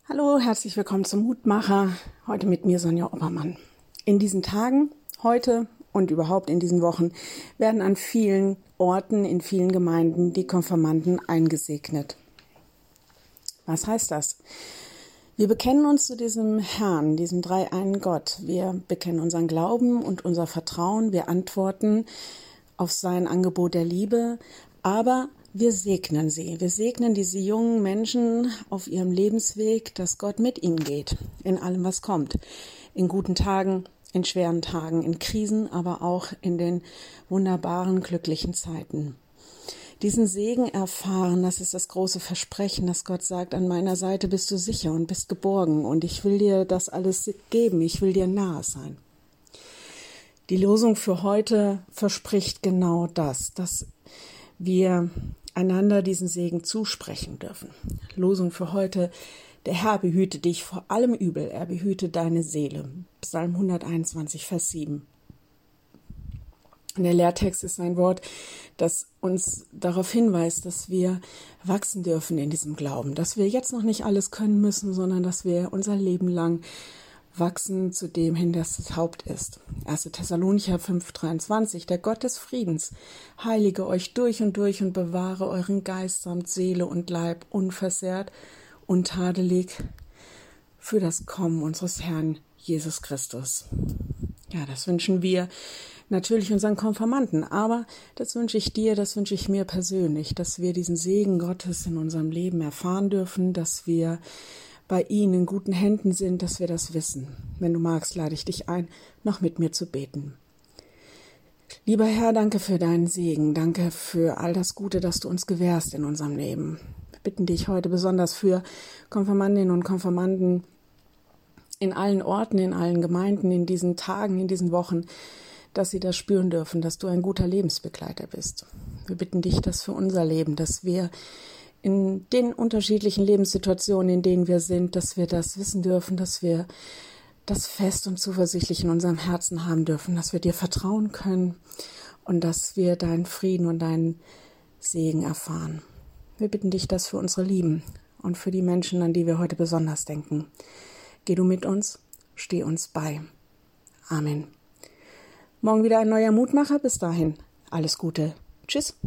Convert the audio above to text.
Hallo, herzlich willkommen zum Mutmacher. Heute mit mir Sonja Oppermann. In diesen Tagen, heute und überhaupt in diesen Wochen, werden an vielen Orten, in vielen Gemeinden die Konfirmanden eingesegnet. Was heißt das? Wir bekennen uns zu diesem Herrn, diesem dreieinen Gott. Wir bekennen unseren Glauben und unser Vertrauen. Wir antworten auf sein Angebot der Liebe, aber wir segnen sie. Wir segnen diese jungen Menschen auf ihrem Lebensweg, dass Gott mit ihnen geht, in allem, was kommt. In guten Tagen, in schweren Tagen, in Krisen, aber auch in den wunderbaren, glücklichen Zeiten. Diesen Segen erfahren, das ist das große Versprechen, dass Gott sagt, an meiner Seite bist du sicher und bist geborgen und ich will dir das alles geben, ich will dir nahe sein. Die Losung für heute verspricht genau das, dass wir einander diesen Segen zusprechen dürfen. Losung für heute: Der Herr behüte dich vor allem Übel, er behüte deine Seele. Psalm 121, Vers 7. Der Lehrtext ist ein Wort, das uns darauf hinweist, dass wir wachsen dürfen in diesem Glauben, dass wir jetzt noch nicht alles können müssen, sondern dass wir unser Leben lang wachsen zu dem hin, dass das Haupt ist. 1. Thessalonicher 5,23: Der Gott des Friedens heilige euch durch und bewahre euren Geist samt Seele und Leib unversehrt, untadelig für das Kommen unseres Herrn Jesus Christus. Ja, das wünschen wir natürlich unseren Konfirmanden, aber das wünsche ich dir, das wünsche ich mir persönlich, dass wir diesen Segen Gottes in unserem Leben erfahren dürfen, dass wir bei ihm in guten Händen sind, dass wir das wissen. Wenn du magst, lade ich dich ein, noch mit mir zu beten. Lieber Herr, danke für deinen Segen, danke für all das Gute, das du uns gewährst in unserem Leben. Wir bitten dich heute besonders für Konfirmandinnen und Konfirmanden in allen Orten, in allen Gemeinden, in diesen Tagen, in diesen Wochen, dass sie das spüren dürfen, dass du ein guter Lebensbegleiter bist. Wir bitten dich das für unser Leben, dass wir in den unterschiedlichen Lebenssituationen, in denen wir sind, dass wir das wissen dürfen, dass wir das fest und zuversichtlich in unserem Herzen haben dürfen, dass wir dir vertrauen können und dass wir deinen Frieden und deinen Segen erfahren. Wir bitten dich das für unsere Lieben und für die Menschen, an die wir heute besonders denken. Geh du mit uns, steh uns bei. Amen. Morgen wieder ein neuer Mutmacher. Bis dahin, alles Gute. Tschüss.